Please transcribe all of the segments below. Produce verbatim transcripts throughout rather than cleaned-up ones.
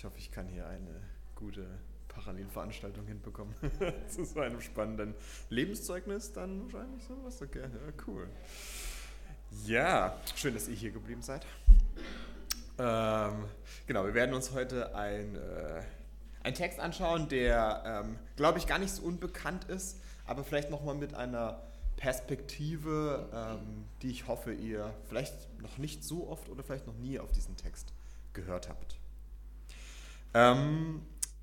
Ich hoffe, ich kann hier eine gute Parallelveranstaltung hinbekommen zu so einem spannenden Lebenszeugnis dann wahrscheinlich sowas. Okay, ja, cool. Ja, schön, dass ihr hier geblieben seid. Ähm, genau, wir werden uns heute ein, äh, einen Text anschauen, der, ähm, glaube ich, gar nicht so unbekannt ist, aber vielleicht nochmal mit einer Perspektive, ähm, die ich hoffe, ihr vielleicht noch nicht so oft oder vielleicht noch nie auf diesen Text gehört habt. Ähm,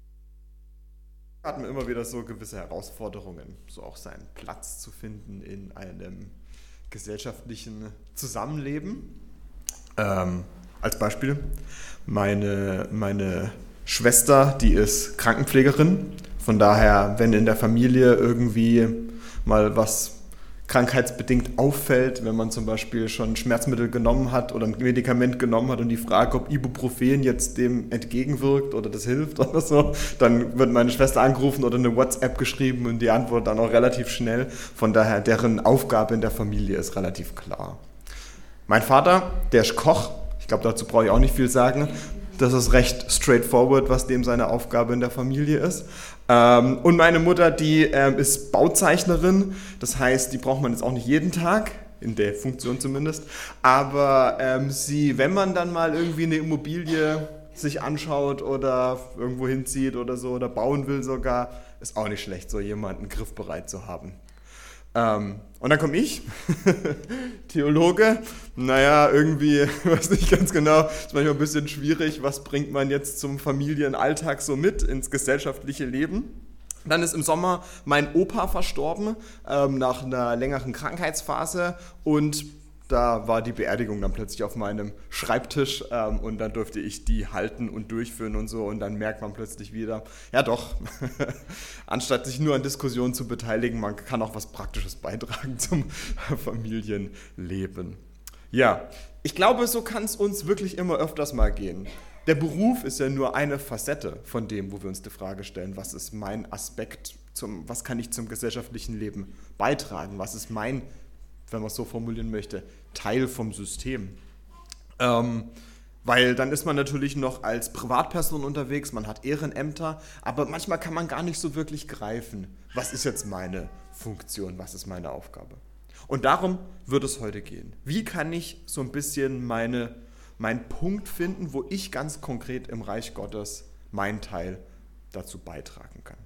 hatten wir immer wieder so gewisse Herausforderungen, so auch seinen Platz zu finden in einem gesellschaftlichen Zusammenleben. Ähm, als Beispiel, meine, meine Schwester, die ist Krankenpflegerin, von daher, wenn in der Familie irgendwie mal was krankheitsbedingt auffällt, wenn man zum Beispiel schon Schmerzmittel genommen hat oder ein Medikament genommen hat und die Frage, ob Ibuprofen jetzt dem entgegenwirkt oder das hilft oder so, dann wird meine Schwester angerufen oder eine WhatsApp geschrieben und die Antwort dann auch relativ schnell. Von daher, deren Aufgabe in der Familie ist relativ klar. Mein Vater, der ist Koch, ich glaube, dazu brauche ich auch nicht viel sagen. Das ist recht straightforward, was dem seine Aufgabe in der Familie ist. Ähm, und meine Mutter, die ähm, ist Bauzeichnerin, das heißt, die braucht man jetzt auch nicht jeden Tag, in der Funktion zumindest, aber ähm, sie, wenn man dann mal irgendwie eine Immobilie sich anschaut oder irgendwo hinzieht oder so oder bauen will sogar, ist auch nicht schlecht, so jemanden griffbereit zu haben. Ähm, und dann komme ich, Theologe, naja, irgendwie, weiß nicht ganz genau, ist manchmal ein bisschen schwierig, was bringt man jetzt zum Familienalltag so mit ins gesellschaftliche Leben. Dann ist im Sommer mein Opa verstorben, ähm, nach einer längeren Krankheitsphase und da war die Beerdigung dann plötzlich auf meinem Schreibtisch ähm, und dann durfte ich die halten und durchführen und so und dann merkt man plötzlich wieder, ja doch, anstatt sich nur an Diskussionen zu beteiligen, man kann auch was Praktisches beitragen zum Familienleben. Ja, ich glaube, so kann es uns wirklich immer öfters mal gehen. Der Beruf ist ja nur eine Facette von dem, wo wir uns die Frage stellen, was ist mein Aspekt, zum, was kann ich zum gesellschaftlichen Leben beitragen, was ist mein, wenn man es so formulieren möchte, Teil vom System. Ähm, weil dann ist man natürlich noch als Privatperson unterwegs, man hat Ehrenämter, aber manchmal kann man gar nicht so wirklich greifen, was ist jetzt meine Funktion, was ist meine Aufgabe. Und darum wird es heute gehen. Wie kann ich so ein bisschen meine, meinen Punkt finden, wo ich ganz konkret im Reich Gottes meinen Teil dazu beitragen kann.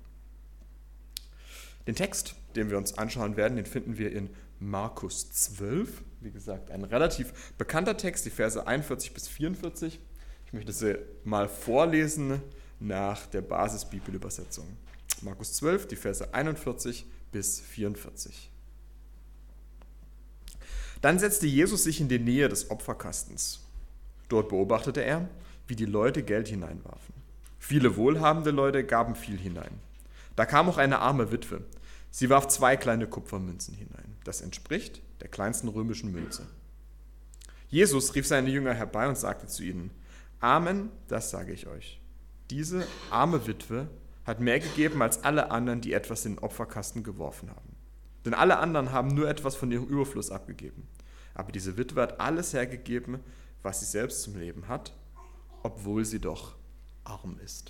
Den Text, den wir uns anschauen werden, den finden wir in Markus zwölf, wie gesagt, ein relativ bekannter Text, die Verse einundvierzig bis vierundvierzig. Ich möchte sie mal vorlesen nach der Basisbibelübersetzung. Markus zwölf, die Verse einundvierzig bis vierundvierzig. Dann setzte Jesus sich in die Nähe des Opferkastens. Dort beobachtete er, wie die Leute Geld hineinwarfen. Viele wohlhabende Leute gaben viel hinein. Da kam auch eine arme Witwe. Sie warf zwei kleine Kupfermünzen hinein. Das entspricht der kleinsten römischen Münze. Jesus rief seine Jünger herbei und sagte zu ihnen, Amen, das sage ich euch. Diese arme Witwe hat mehr gegeben als alle anderen, die etwas in den Opferkasten geworfen haben. Denn alle anderen haben nur etwas von ihrem Überfluss abgegeben. Aber diese Witwe hat alles hergegeben, was sie selbst zum Leben hat, obwohl sie doch arm ist.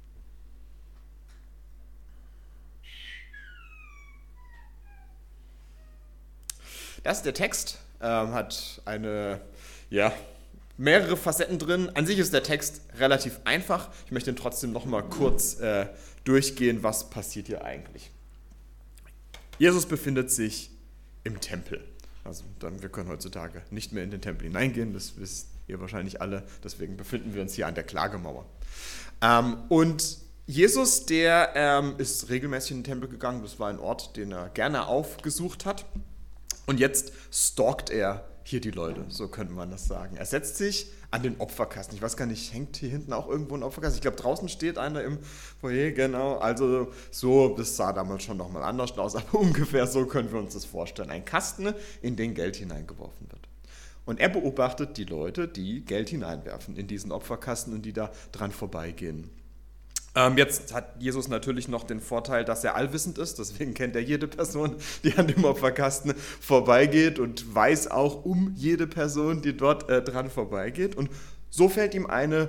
Das ist der Text, ähm, hat eine, ja, mehrere Facetten drin. An sich ist der Text relativ einfach. Ich möchte ihn trotzdem noch mal kurz äh, durchgehen, was passiert hier eigentlich. Jesus befindet sich im Tempel. Also dann, wir können heutzutage nicht mehr in den Tempel hineingehen, das wisst ihr wahrscheinlich alle. Deswegen befinden wir uns hier an der Klagemauer. Ähm, und Jesus, der ähm, ist regelmäßig in den Tempel gegangen. Das war ein Ort, den er gerne aufgesucht hat. Und jetzt stalkt er hier die Leute, so könnte man das sagen. Er setzt sich an den Opferkasten. Ich weiß gar nicht, hängt hier hinten auch irgendwo ein Opferkasten? Ich glaube, draußen steht einer im Foyer, genau. Also so, das sah damals schon nochmal anders aus, aber ungefähr so können wir uns das vorstellen. Ein Kasten, in den Geld hineingeworfen wird. Und er beobachtet die Leute, die Geld hineinwerfen in diesen Opferkasten und die da dran vorbeigehen. Ähm, jetzt hat Jesus natürlich noch den Vorteil, dass er allwissend ist, deswegen kennt er jede Person, die an dem Opferkasten vorbeigeht und weiß auch um jede Person, die dort äh, dran vorbeigeht. Und so fällt ihm eine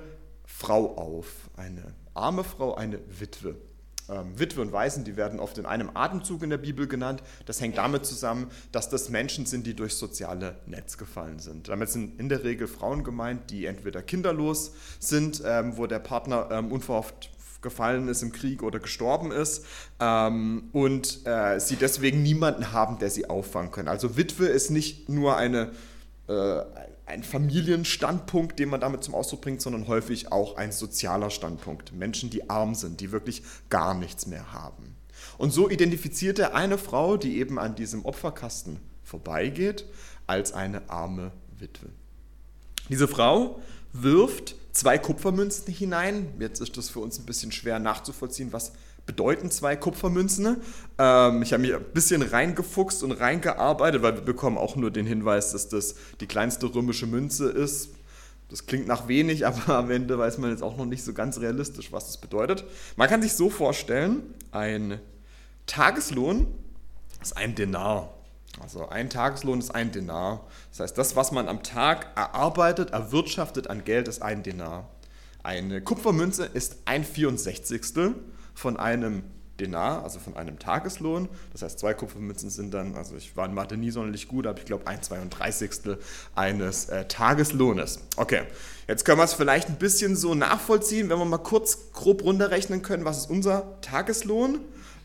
Frau auf, eine arme Frau, eine Witwe. Ähm, Witwe und Waisen, die werden oft in einem Atemzug in der Bibel genannt. Das hängt damit zusammen, dass das Menschen sind, die durchs soziale Netz gefallen sind. Damit sind in der Regel Frauen gemeint, die entweder kinderlos sind, ähm, wo der Partner ähm, unverhofft gefallen ist im Krieg oder gestorben ist ähm, und äh, sie deswegen niemanden haben, der sie auffangen können. Also Witwe ist nicht nur eine, äh, ein Familienstandpunkt, den man damit zum Ausdruck bringt, sondern häufig auch ein sozialer Standpunkt. Menschen, die arm sind, die wirklich gar nichts mehr haben. Und so identifiziert er eine Frau, die eben an diesem Opferkasten vorbeigeht, als eine arme Witwe. Diese Frau wirft zwei Kupfermünzen hinein. Jetzt ist das für uns ein bisschen schwer nachzuvollziehen, was bedeuten zwei Kupfermünzen. Ähm, ich habe mich ein bisschen reingefuchst und reingearbeitet, weil wir bekommen auch nur den Hinweis, dass das die kleinste römische Münze ist. Das klingt nach wenig, aber am Ende weiß man jetzt auch noch nicht so ganz realistisch, was das bedeutet. Man kann sich so vorstellen, ein Tageslohn ist ein Denar. Also ein Tageslohn ist ein Denar. Das heißt, das, was man am Tag erarbeitet, erwirtschaftet an Geld, ist ein Denar. Eine Kupfermünze ist ein vierundsechzigstel von einem Denar, also von einem Tageslohn. Das heißt, zwei Kupfermünzen sind dann, also ich war in Mathe nie sonderlich gut, aber ich glaube ein zweiunddreißigstel eines äh, Tageslohnes. Okay, jetzt können wir es vielleicht ein bisschen so nachvollziehen, wenn wir mal kurz grob runterrechnen können, was ist unser Tageslohn?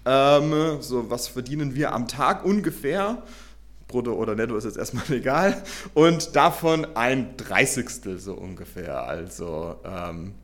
Ähm, so, was verdienen wir am Tag ungefähr? Brutto oder Netto ist jetzt erstmal egal. Und davon ein Dreißigstel so ungefähr. Also, ähm,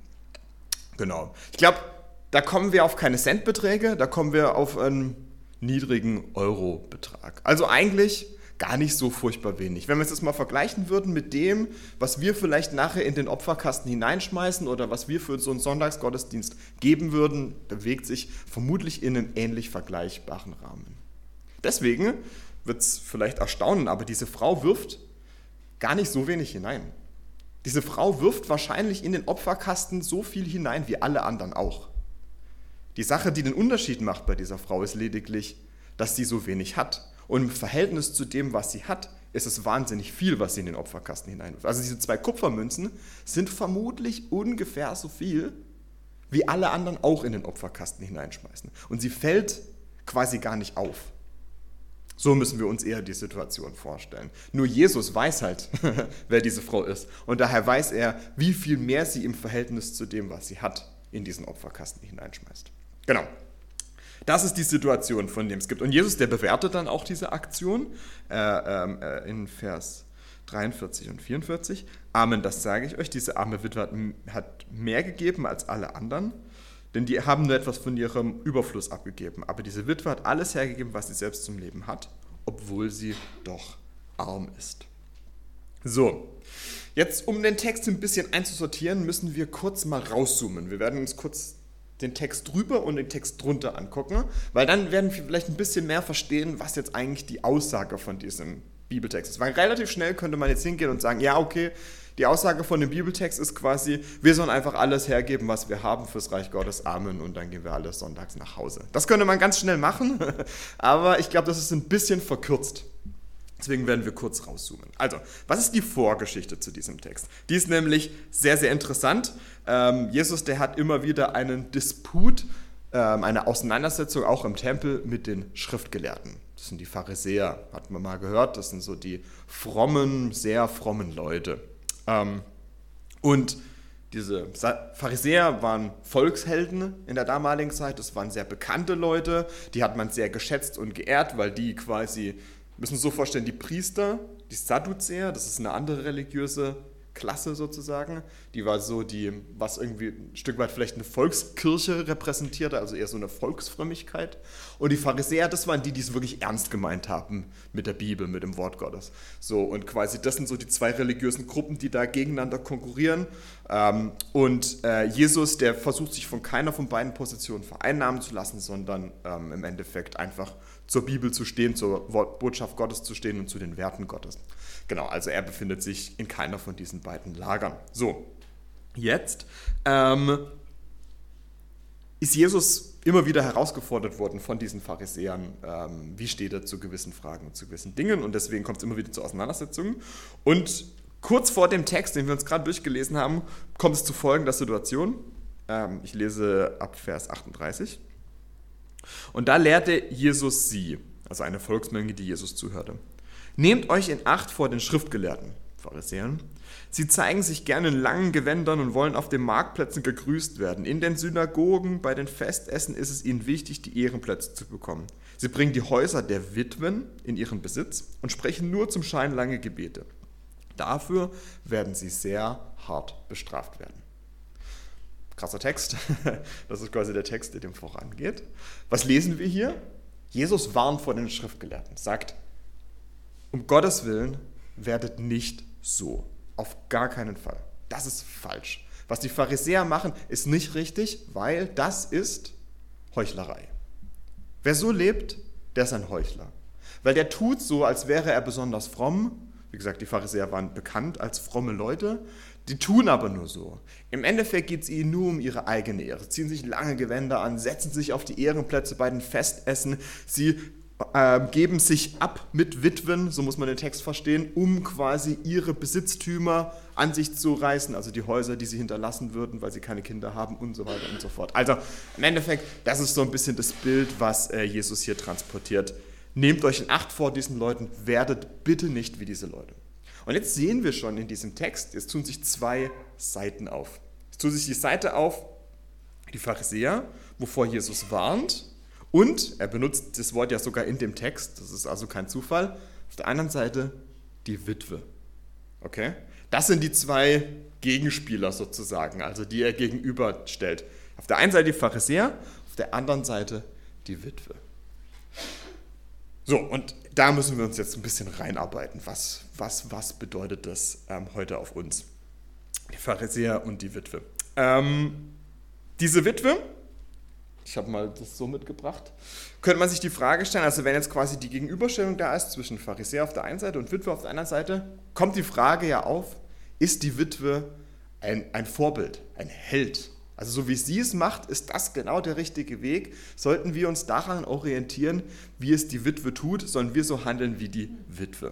genau. Ich glaube, da kommen wir auf keine Centbeträge, da kommen wir auf einen niedrigen Eurobetrag. Also eigentlich gar nicht so furchtbar wenig. Wenn wir es jetzt mal vergleichen würden mit dem, was wir vielleicht nachher in den Opferkasten hineinschmeißen oder was wir für so einen Sonntagsgottesdienst geben würden, bewegt sich vermutlich in einem ähnlich vergleichbaren Rahmen. Deswegen wird es vielleicht erstaunen, aber diese Frau wirft gar nicht so wenig hinein. Diese Frau wirft wahrscheinlich in den Opferkasten so viel hinein wie alle anderen auch. Die Sache, die den Unterschied macht bei dieser Frau, ist lediglich, dass sie so wenig hat. Und im Verhältnis zu dem, was sie hat, ist es wahnsinnig viel, was sie in den Opferkasten hineinwirft. Also diese zwei Kupfermünzen sind vermutlich ungefähr so viel, wie alle anderen auch in den Opferkasten hineinschmeißen. Und sie fällt quasi gar nicht auf. So müssen wir uns eher die Situation vorstellen. Nur Jesus weiß halt, wer diese Frau ist. Und daher weiß er, wie viel mehr sie im Verhältnis zu dem, was sie hat, in diesen Opferkasten hineinschmeißt. Genau. Das ist die Situation, von dem es gibt. Und Jesus, der bewertet dann auch diese Aktion äh, äh, in Vers dreiundvierzig und vierundvierzig. Amen, das sage ich euch, diese arme Witwe hat, hat mehr gegeben als alle anderen, denn die haben nur etwas von ihrem Überfluss abgegeben. Aber diese Witwe hat alles hergegeben, was sie selbst zum Leben hat, obwohl sie doch arm ist. So, jetzt um den Text ein bisschen einzusortieren, müssen wir kurz mal rauszoomen. Wir werden uns kurz den Text drüber und den Text drunter angucken, weil dann werden wir vielleicht ein bisschen mehr verstehen, was jetzt eigentlich die Aussage von diesem Bibeltext ist. Weil relativ schnell könnte man jetzt hingehen und sagen, ja, okay, die Aussage von dem Bibeltext ist quasi, wir sollen einfach alles hergeben, was wir haben fürs Reich Gottes, Amen, und dann gehen wir alle sonntags nach Hause. Das könnte man ganz schnell machen, aber ich glaube, das ist ein bisschen verkürzt. Deswegen werden wir kurz rauszoomen. Also, was ist die Vorgeschichte zu diesem Text? Die ist nämlich sehr, sehr interessant. Ähm, Jesus, der hat immer wieder einen Disput, ähm, eine Auseinandersetzung auch im Tempel mit den Schriftgelehrten. Das sind die Pharisäer, hat man mal gehört. Das sind so die frommen, sehr frommen Leute. Ähm, und diese Pharisäer waren Volkshelden in der damaligen Zeit. Das waren sehr bekannte Leute. Die hat man sehr geschätzt und geehrt, weil die quasi... Wir müssen uns so vorstellen, die Priester, die Sadduzäer, das ist eine andere religiöse Klasse sozusagen, die war so die, was irgendwie ein Stück weit vielleicht eine Volkskirche repräsentierte, also eher so eine Volksfrömmigkeit. Und die Pharisäer, das waren die, die es wirklich ernst gemeint haben mit der Bibel, mit dem Wort Gottes. So, und quasi das sind so die zwei religiösen Gruppen, die da gegeneinander konkurrieren. Und Jesus, der versucht sich von keiner von beiden Positionen vereinnahmen zu lassen, sondern im Endeffekt einfach zur Bibel zu stehen, zur Botschaft Gottes zu stehen und zu den Werten Gottes. Genau, also er befindet sich in keiner von diesen beiden Lagern. So, jetzt ähm, ist Jesus immer wieder herausgefordert worden von diesen Pharisäern, ähm, wie steht er zu gewissen Fragen und zu gewissen Dingen, und deswegen kommt es immer wieder zu Auseinandersetzungen. Und Kurz vor dem Text, den wir uns gerade durchgelesen haben, kommt es zu folgender Situation. Ähm, ich lese ab Vers achtunddreißig. Und da lehrte Jesus sie, also eine Volksmenge, die Jesus zuhörte. Nehmt euch in Acht vor den Schriftgelehrten, Pharisäern. Sie zeigen sich gerne in langen Gewändern und wollen auf den Marktplätzen gegrüßt werden. In den Synagogen, bei den Festessen ist es ihnen wichtig, die Ehrenplätze zu bekommen. Sie bringen die Häuser der Witwen in ihren Besitz und sprechen nur zum Schein lange Gebete. Dafür werden sie sehr hart bestraft werden. Krasser Text. Das ist quasi der Text, der dem vorangeht. Was lesen wir hier? Jesus warnt vor den Schriftgelehrten, sagt, um Gottes Willen werdet nicht so. Auf gar keinen Fall. Das ist falsch. Was die Pharisäer machen, ist nicht richtig, weil das ist Heuchlerei. Wer so lebt, der ist ein Heuchler. Weil der tut so, als wäre er besonders fromm. Wie gesagt, die Pharisäer waren bekannt als fromme Leute. Die tun aber nur so. Im Endeffekt geht es ihnen nur um ihre eigene Ehre. Sie ziehen sich lange Gewänder an, setzen sich auf die Ehrenplätze bei den Festessen. Sie äh, geben sich ab mit Witwen, so muss man den Text verstehen, um quasi ihre Besitztümer an sich zu reißen, also die Häuser, die sie hinterlassen würden, weil sie keine Kinder haben und so weiter und so fort. Also im Endeffekt, das ist so ein bisschen das Bild, was äh, Jesus hier transportiert. Nehmt euch in Acht vor diesen Leuten, werdet bitte nicht wie diese Leute. Und jetzt sehen wir schon in diesem Text, es tun sich zwei Seiten auf. Es tut sich die Seite auf, die Pharisäer, wovor Jesus warnt, und er benutzt das Wort ja sogar in dem Text, das ist also kein Zufall, auf der anderen Seite die Witwe. Okay? Das sind die zwei Gegenspieler sozusagen, also die er gegenüberstellt. Auf der einen Seite die Pharisäer, auf der anderen Seite die Witwe. So, und da müssen wir uns jetzt ein bisschen reinarbeiten. Was, was, was bedeutet das ähm, heute auf uns? Die Pharisäer und die Witwe. Ähm, diese Witwe, ich habe mal das so mitgebracht, könnte man sich die Frage stellen, also wenn jetzt quasi die Gegenüberstellung da ist zwischen Pharisäer auf der einen Seite und Witwe auf der anderen Seite, kommt die Frage ja auf, ist die Witwe ein, ein Vorbild, ein Held? Also so wie sie es macht, ist das genau der richtige Weg. Sollten wir uns daran orientieren, wie es die Witwe tut, sollen wir so handeln wie die Witwe.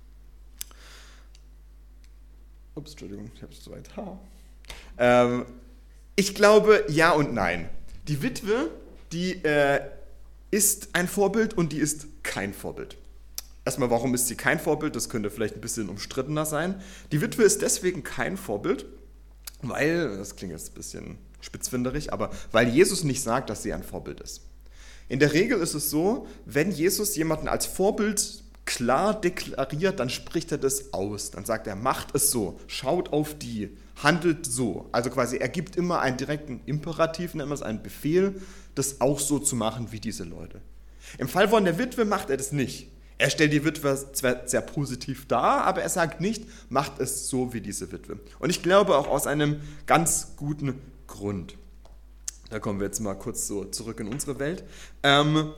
Ups, Entschuldigung, ich habe es zu weit. Ähm, ich glaube, ja und nein. Die Witwe, die äh, ist ein Vorbild und die ist kein Vorbild. Erstmal, warum ist sie kein Vorbild? Das könnte vielleicht ein bisschen umstrittener sein. Die Witwe ist deswegen kein Vorbild, weil, das klingt jetzt ein bisschen spitzfinderig, aber weil Jesus nicht sagt, dass sie ein Vorbild ist. In der Regel ist es so, wenn Jesus jemanden als Vorbild klar deklariert, dann spricht er das aus. Dann sagt er, macht es so, schaut auf die, handelt so. Also quasi, er gibt immer einen direkten Imperativ, nennt man es einen Befehl, das auch so zu machen wie diese Leute. Im Fall von der Witwe macht er das nicht. Er stellt die Witwe zwar sehr positiv dar, aber er sagt nicht, macht es so wie diese Witwe. Und ich glaube auch aus einem ganz guten Grund. Da kommen wir jetzt mal kurz so zurück in unsere Welt. Ähm,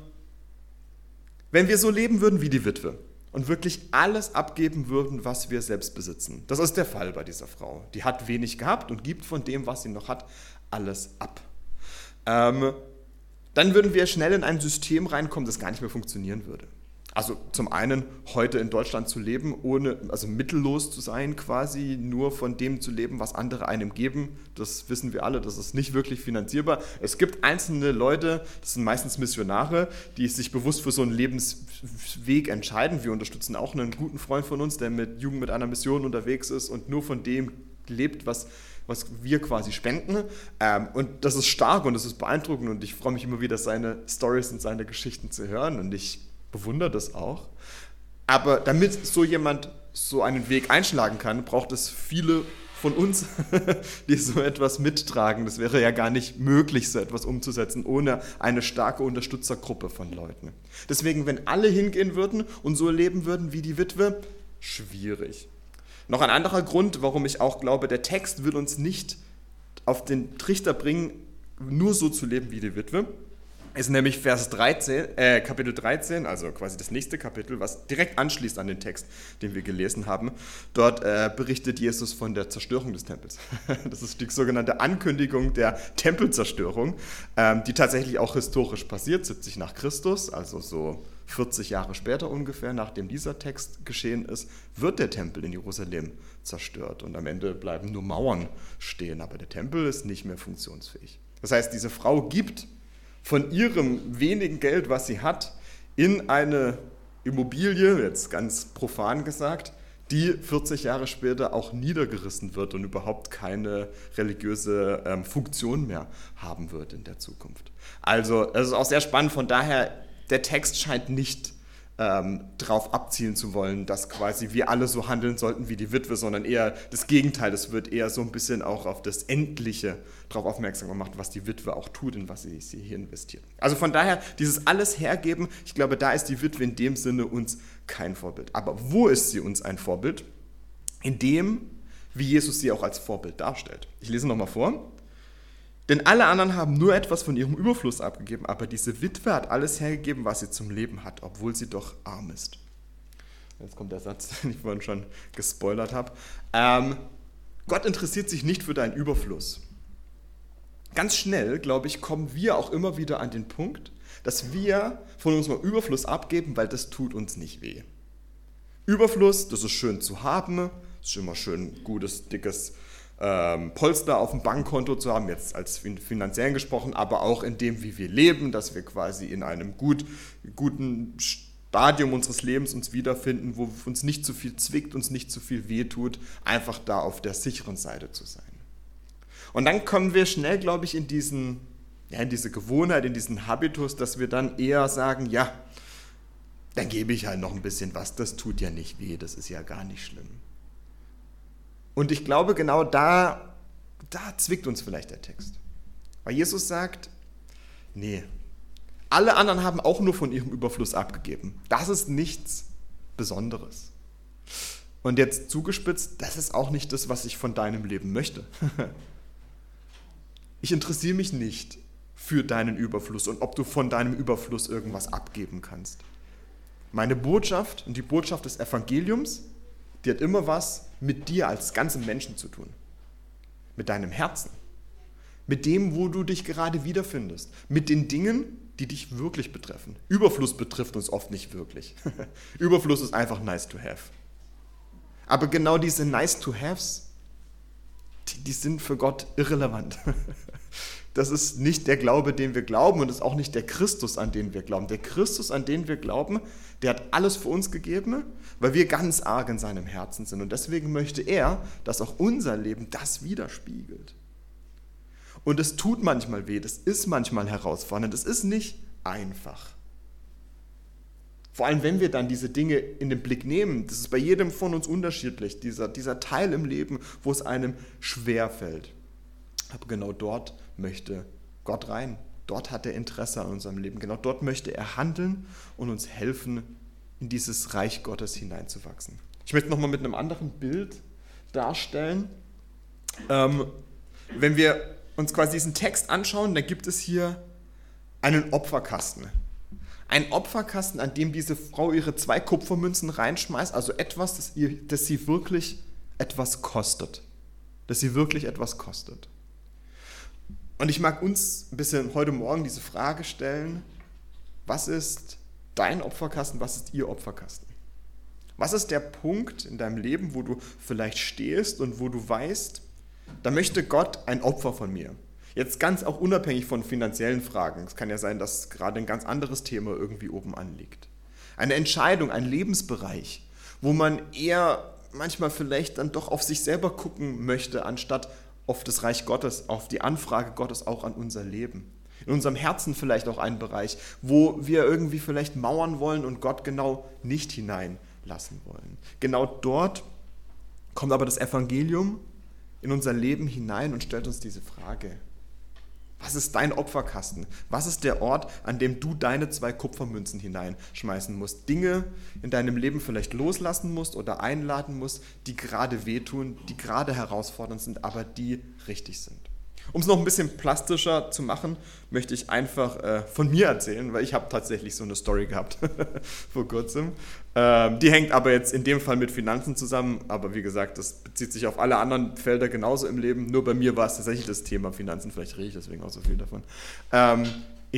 wenn wir so leben würden wie die Witwe und wirklich alles abgeben würden, was wir selbst besitzen, das ist der Fall bei dieser Frau. Die hat wenig gehabt und gibt von dem, was sie noch hat, alles ab. Ähm, dann würden wir schnell in ein System reinkommen, das gar nicht mehr funktionieren würde. Also zum einen heute in Deutschland zu leben, ohne, also mittellos zu sein quasi, nur von dem zu leben, was andere einem geben, das wissen wir alle, das ist nicht wirklich finanzierbar. Es gibt einzelne Leute, das sind meistens Missionare, die sich bewusst für so einen Lebensweg entscheiden. Wir unterstützen auch einen guten Freund von uns, der mit Jugend mit einer Mission unterwegs ist und nur von dem lebt, was, was wir quasi spenden. Ähm, und das ist stark und das ist beeindruckend und ich freue mich immer wieder, seine Storys und seine Geschichten zu hören und ich bewundere das auch. Aber damit so jemand so einen Weg einschlagen kann, braucht es viele von uns, die so etwas mittragen. Das wäre ja gar nicht möglich, so etwas umzusetzen, ohne eine starke Unterstützergruppe von Leuten. Deswegen, wenn alle hingehen würden und so leben würden wie die Witwe, schwierig. Noch ein anderer Grund, warum ich auch glaube, der Text will uns nicht auf den Trichter bringen, nur so zu leben wie die Witwe. Ist nämlich Vers dreizehn, äh, Kapitel dreizehn, also quasi das nächste Kapitel, was direkt anschließt an den Text, den wir gelesen haben. Dort äh, berichtet Jesus von der Zerstörung des Tempels. Das ist die sogenannte Ankündigung der Tempelzerstörung, ähm, die tatsächlich auch historisch passiert, siebzig nach Christus, also so vierzig Jahre später ungefähr, nachdem dieser Text geschehen ist, wird der Tempel in Jerusalem zerstört und am Ende bleiben nur Mauern stehen, aber der Tempel ist nicht mehr funktionsfähig. Das heißt, diese Frau gibt von ihrem wenigen Geld, was sie hat, in eine Immobilie, jetzt ganz profan gesagt, die vierzig Jahre später auch niedergerissen wird und überhaupt keine religiöse ähm, Funktion mehr haben wird in der Zukunft. Also es ist auch sehr spannend, von daher, der Text scheint nicht ähm, darauf abzielen zu wollen, dass quasi wir alle so handeln sollten wie die Witwe, sondern eher das Gegenteil, es wird eher so ein bisschen auch auf das Endliche darauf aufmerksam gemacht, was die Witwe auch tut und was sie, sie hier investiert. Also von daher, dieses alles hergeben, ich glaube, da ist die Witwe in dem Sinne uns kein Vorbild. Aber wo ist sie uns ein Vorbild? In dem, wie Jesus sie auch als Vorbild darstellt. Ich lese nochmal vor. Denn alle anderen haben nur etwas von ihrem Überfluss abgegeben, aber diese Witwe hat alles hergegeben, was sie zum Leben hat, obwohl sie doch arm ist. Jetzt kommt der Satz, den ich vorhin schon gespoilert habe. Ähm, Gott interessiert sich nicht für deinen Überfluss. Ganz schnell, glaube ich, kommen wir auch immer wieder an den Punkt, dass wir von unserem Überfluss abgeben, weil das tut uns nicht weh. Überfluss, das ist schön zu haben, das ist immer schön gutes, dickes ähm, Polster auf dem Bankkonto zu haben, jetzt als finanziell gesprochen, aber auch in dem, wie wir leben, dass wir quasi in einem gut, guten Stadium unseres Lebens uns wiederfinden, wo uns nicht zu viel zwickt, uns nicht zu viel wehtut, einfach da auf der sicheren Seite zu sein. Und dann kommen wir schnell, glaube ich, in diesen, ja, in diese Gewohnheit, in diesen Habitus, dass wir dann eher sagen, ja, dann gebe ich halt noch ein bisschen was, das tut ja nicht weh, das ist ja gar nicht schlimm. Und ich glaube, genau da, da zwickt uns vielleicht der Text. Weil Jesus sagt, nee, alle anderen haben auch nur von ihrem Überfluss abgegeben. Das ist nichts Besonderes. Und jetzt zugespitzt, das ist auch nicht das, was ich von deinem Leben möchte. Ich interessiere mich nicht für deinen Überfluss und ob du von deinem Überfluss irgendwas abgeben kannst. Meine Botschaft und die Botschaft des Evangeliums, die hat immer was mit dir als ganzem Menschen zu tun. Mit deinem Herzen. Mit dem, wo du dich gerade wiederfindest. Mit den Dingen, die dich wirklich betreffen. Überfluss betrifft uns oft nicht wirklich. Überfluss ist einfach nice to have. Aber genau diese nice to haves, die, die sind für Gott irrelevant. Das ist nicht der Glaube, den wir glauben, und das ist auch nicht der Christus, an den wir glauben. Der Christus, an den wir glauben, der hat alles für uns gegeben, weil wir ganz arg in seinem Herzen sind. Und deswegen möchte er, dass auch unser Leben das widerspiegelt. Und es tut manchmal weh, das ist manchmal herausfordernd, das ist nicht einfach. Vor allem, wenn wir dann diese Dinge in den Blick nehmen, das ist bei jedem von uns unterschiedlich, dieser, dieser Teil im Leben, wo es einem schwer fällt. Aber genau dort möchte Gott rein. Dort hat er Interesse an unserem Leben. Genau dort möchte er handeln und uns helfen, in dieses Reich Gottes hineinzuwachsen. Ich möchte nochmal mit einem anderen Bild darstellen. Ähm, wenn wir uns quasi diesen Text anschauen, dann gibt es hier einen Opferkasten. Ein Opferkasten, an dem diese Frau ihre zwei Kupfermünzen reinschmeißt, also etwas, das, ihr, das sie wirklich etwas kostet. Das sie wirklich etwas kostet. Und ich mag uns ein bisschen heute Morgen diese Frage stellen, was ist dein Opferkasten, was ist ihr Opferkasten? Was ist der Punkt in deinem Leben, wo du vielleicht stehst und wo du weißt, da möchte Gott ein Opfer von mir? Jetzt ganz auch unabhängig von finanziellen Fragen. Es kann ja sein, dass gerade ein ganz anderes Thema irgendwie oben anliegt. Eine Entscheidung, ein Lebensbereich, wo man eher manchmal vielleicht dann doch auf sich selber gucken möchte, anstatt auf das Reich Gottes, auf die Anfrage Gottes auch an unser Leben. In unserem Herzen vielleicht auch ein Bereich, wo wir irgendwie vielleicht mauern wollen und Gott genau nicht hineinlassen wollen. Genau dort kommt aber das Evangelium in unser Leben hinein und stellt uns diese Frage. Was ist dein Opferkasten? Was ist der Ort, an dem du deine zwei Kupfermünzen hineinschmeißen musst? Dinge in deinem Leben vielleicht loslassen musst oder einladen musst, die gerade wehtun, die gerade herausfordernd sind, aber die richtig sind. Um es noch ein bisschen plastischer zu machen, möchte ich einfach äh, von mir erzählen, weil ich habe tatsächlich so eine Story gehabt vor kurzem. Ähm, die hängt aber jetzt in dem Fall mit Finanzen zusammen, aber wie gesagt, das bezieht sich auf alle anderen Felder genauso im Leben. Nur bei mir war es tatsächlich das Thema Finanzen, vielleicht rede ich deswegen auch so viel davon. Ähm, ich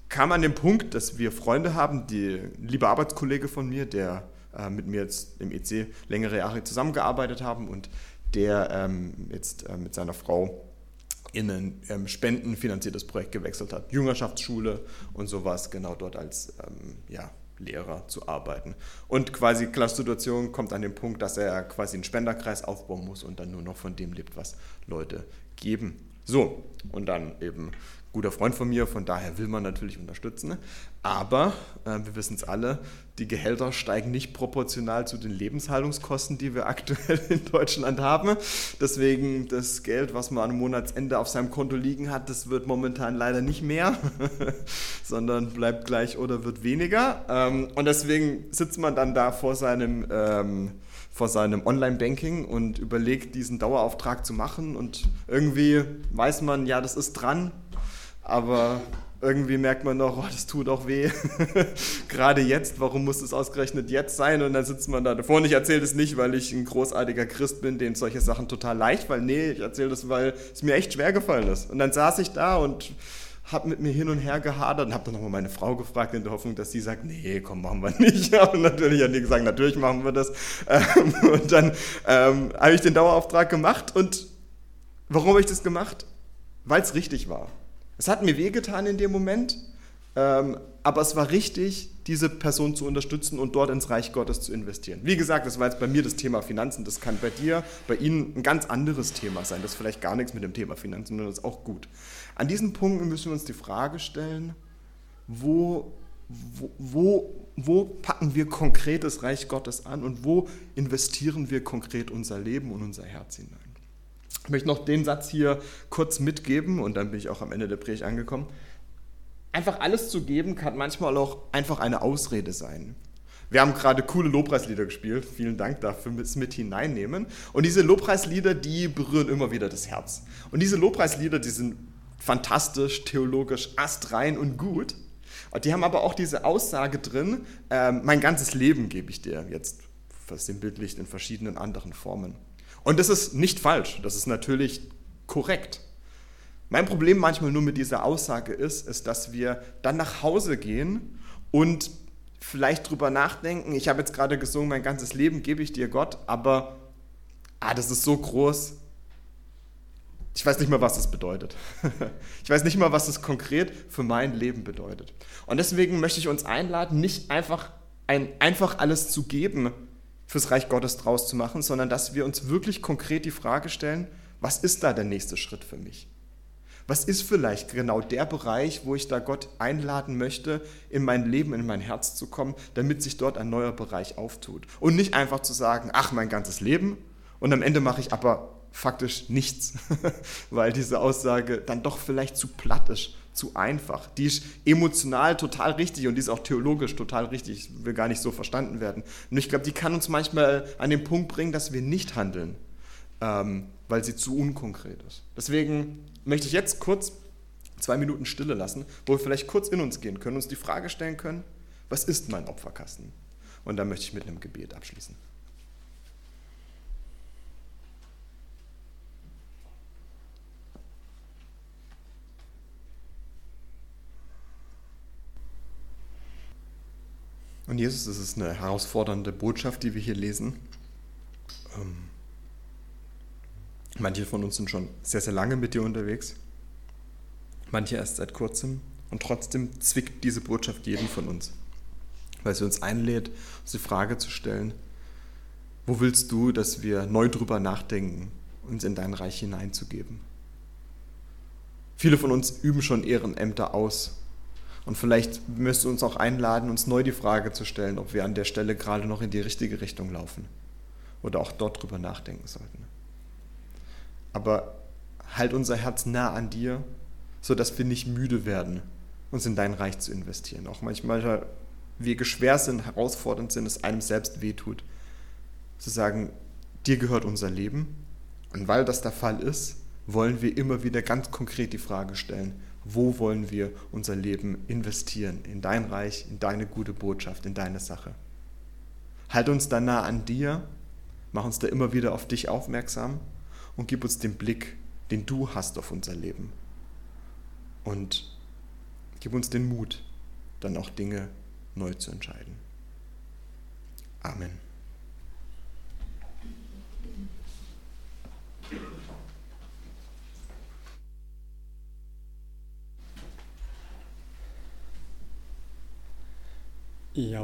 kam an den Punkt, dass wir Freunde haben, die ein lieber Arbeitskollege von mir, der äh, mit mir jetzt im E C längere Jahre zusammengearbeitet haben und der ähm, jetzt äh, mit seiner Frau in ein ähm, spendenfinanziertes Projekt gewechselt hat. Jüngerschaftsschule und sowas, genau dort als ähm, ja, Lehrer zu arbeiten. Und quasi Klassituation kommt an den Punkt, dass er quasi einen Spenderkreis aufbauen muss und dann nur noch von dem lebt, was Leute geben. So, und dann eben guter Freund von mir, von daher will man natürlich unterstützen. Aber, äh, wir wissen es alle, die Gehälter steigen nicht proportional zu den Lebenshaltungskosten, die wir aktuell in Deutschland haben. Deswegen das Geld, was man am Monatsende auf seinem Konto liegen hat, das wird momentan leider nicht mehr, sondern bleibt gleich oder wird weniger. Ähm, und deswegen sitzt man dann da vor seinem... Ähm, vor seinem Online-Banking und überlegt, diesen Dauerauftrag zu machen und irgendwie weiß man, ja, das ist dran, aber irgendwie merkt man doch, oh, das tut auch weh, gerade jetzt, warum muss es ausgerechnet jetzt sein? Und dann sitzt man da davor und ich erzähle das nicht, weil ich ein großartiger Christ bin, dem solche Sachen total leicht fallen, nee, ich erzähle das, weil es mir echt schwer gefallen ist. Und dann saß ich da und habe mit mir hin und her gehadert und habe dann nochmal meine Frau gefragt in der Hoffnung, dass sie sagt, nee, komm, machen wir nicht. Und natürlich hat die gesagt, natürlich machen wir das. Und dann ähm, habe ich den Dauerauftrag gemacht. Und warum habe ich das gemacht? Weil es richtig war. Es hat mir wehgetan in dem Moment, ähm, aber es war richtig, diese Person zu unterstützen und dort ins Reich Gottes zu investieren. Wie gesagt, das war jetzt bei mir das Thema Finanzen, das kann bei dir, bei Ihnen ein ganz anderes Thema sein, das ist vielleicht gar nichts mit dem Thema Finanzen, sondern das ist auch gut. An diesen Punkten müssen wir uns die Frage stellen, wo, wo, wo, wo packen wir konkret das Reich Gottes an und wo investieren wir konkret unser Leben und unser Herz hinein. Ich möchte noch den Satz hier kurz mitgeben und dann bin ich auch am Ende der Predigt angekommen. Einfach alles zu geben kann manchmal auch einfach eine Ausrede sein. Wir haben gerade coole Lobpreislieder gespielt, vielen Dank dafür, es mit hineinnehmen. Und diese Lobpreislieder, die berühren immer wieder das Herz. Und diese Lobpreislieder, die sind fantastisch, theologisch, astrein und gut. Und die haben aber auch diese Aussage drin, äh, mein ganzes Leben gebe ich dir, jetzt versinnbildlicht in verschiedenen anderen Formen. Und das ist nicht falsch, das ist natürlich korrekt. Mein Problem manchmal nur mit dieser Aussage ist, ist, dass wir dann nach Hause gehen und vielleicht drüber nachdenken, ich habe jetzt gerade gesungen, mein ganzes Leben gebe ich dir Gott, aber ah, das ist so groß, ich weiß nicht mal, was das bedeutet. Ich weiß nicht mal, was das konkret für mein Leben bedeutet. Und deswegen möchte ich uns einladen, nicht einfach, ein, einfach alles zu geben, fürs Reich Gottes draus zu machen, sondern dass wir uns wirklich konkret die Frage stellen, was ist da der nächste Schritt für mich? Was ist vielleicht genau der Bereich, wo ich da Gott einladen möchte, in mein Leben, in mein Herz zu kommen, damit sich dort ein neuer Bereich auftut? Und nicht einfach zu sagen, ach, mein ganzes Leben und am Ende mache ich aber faktisch nichts, weil diese Aussage dann doch vielleicht zu platt ist, zu einfach. Die ist emotional total richtig und die ist auch theologisch total richtig, will gar nicht so verstanden werden. Und ich glaube, die kann uns manchmal an den Punkt bringen, dass wir nicht handeln, ähm, weil sie zu unkonkret ist. Deswegen möchte ich jetzt kurz zwei Minuten Stille lassen, wo wir vielleicht kurz in uns gehen können, uns die Frage stellen können, was ist mein Opferkasten? Und dann möchte ich mit einem Gebet abschließen. Und Jesus, das ist eine herausfordernde Botschaft, die wir hier lesen. Ähm, manche von uns sind schon sehr, sehr lange mit dir unterwegs. Manche erst seit kurzem. Und trotzdem zwickt diese Botschaft jeden von uns. Weil sie uns einlädt, uns die Frage zu stellen, wo willst du, dass wir neu drüber nachdenken, uns in dein Reich hineinzugeben? Viele von uns üben schon Ehrenämter aus. Und vielleicht müsst du uns auch einladen, uns neu die Frage zu stellen, ob wir an der Stelle gerade noch in die richtige Richtung laufen oder auch dort drüber nachdenken sollten. Aber halt unser Herz nah an dir, sodass wir nicht müde werden, uns in dein Reich zu investieren. Auch manchmal Wege schwer sind, herausfordernd sind, es einem selbst wehtut. Zu sagen, dir gehört unser Leben. Und weil das der Fall ist, wollen wir immer wieder ganz konkret die Frage stellen, wo wollen wir unser Leben investieren? In dein Reich, in deine gute Botschaft, in deine Sache. Halt uns da nah an dir, mach uns da immer wieder auf dich aufmerksam und gib uns den Blick, den du hast auf unser Leben. Und Gib uns den Mut, dann auch Dinge neu zu entscheiden. Amen. Ja.